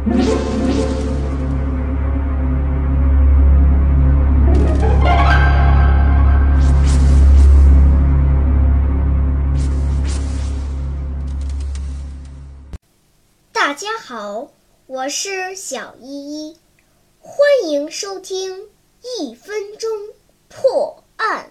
大家好，我是小依依，欢迎收听1分钟破案。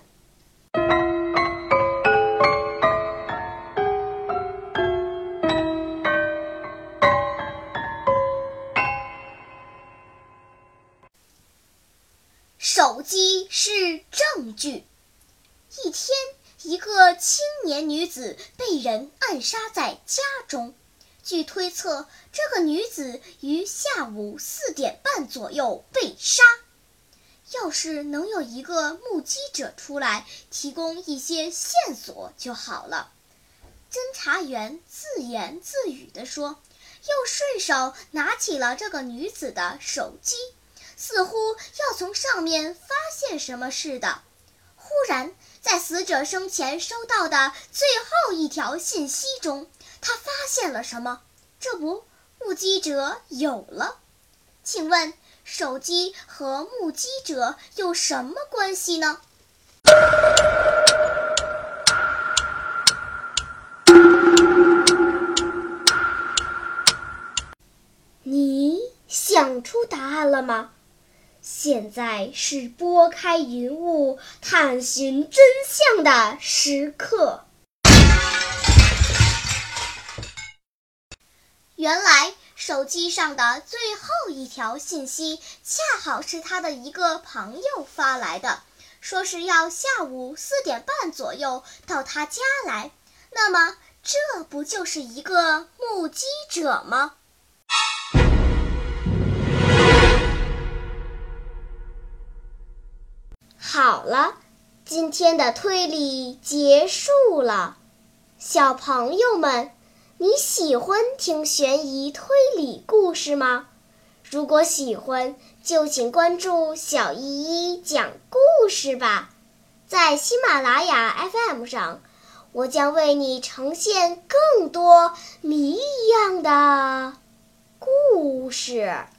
手机是证据。一天，一个青年女子被人暗杀在家中。据推测，这个女子于下午4点半左右被杀。要是能有一个目击者出来提供一些线索就好了。侦查员自言自语地说，又顺手拿起了这个女子的手机，似乎要从上面发现什么似的。忽然，在死者生前收到的最后一条信息中，他发现了什么？这不，目击者有了。请问，手机和目击者有什么关系呢？你想出答案了吗？现在是拨开云雾探寻真相的时刻。原来手机上的最后一条信息恰好是他的一个朋友发来的，说是要下午4点半左右到他家来。那么这不就是一个目击者吗？好了，今天的推理结束了。小朋友们，你喜欢听悬疑推理故事吗？如果喜欢，就请关注小依依讲故事吧。在喜马拉雅 FM 上，我将为你呈现更多谜一样的故事。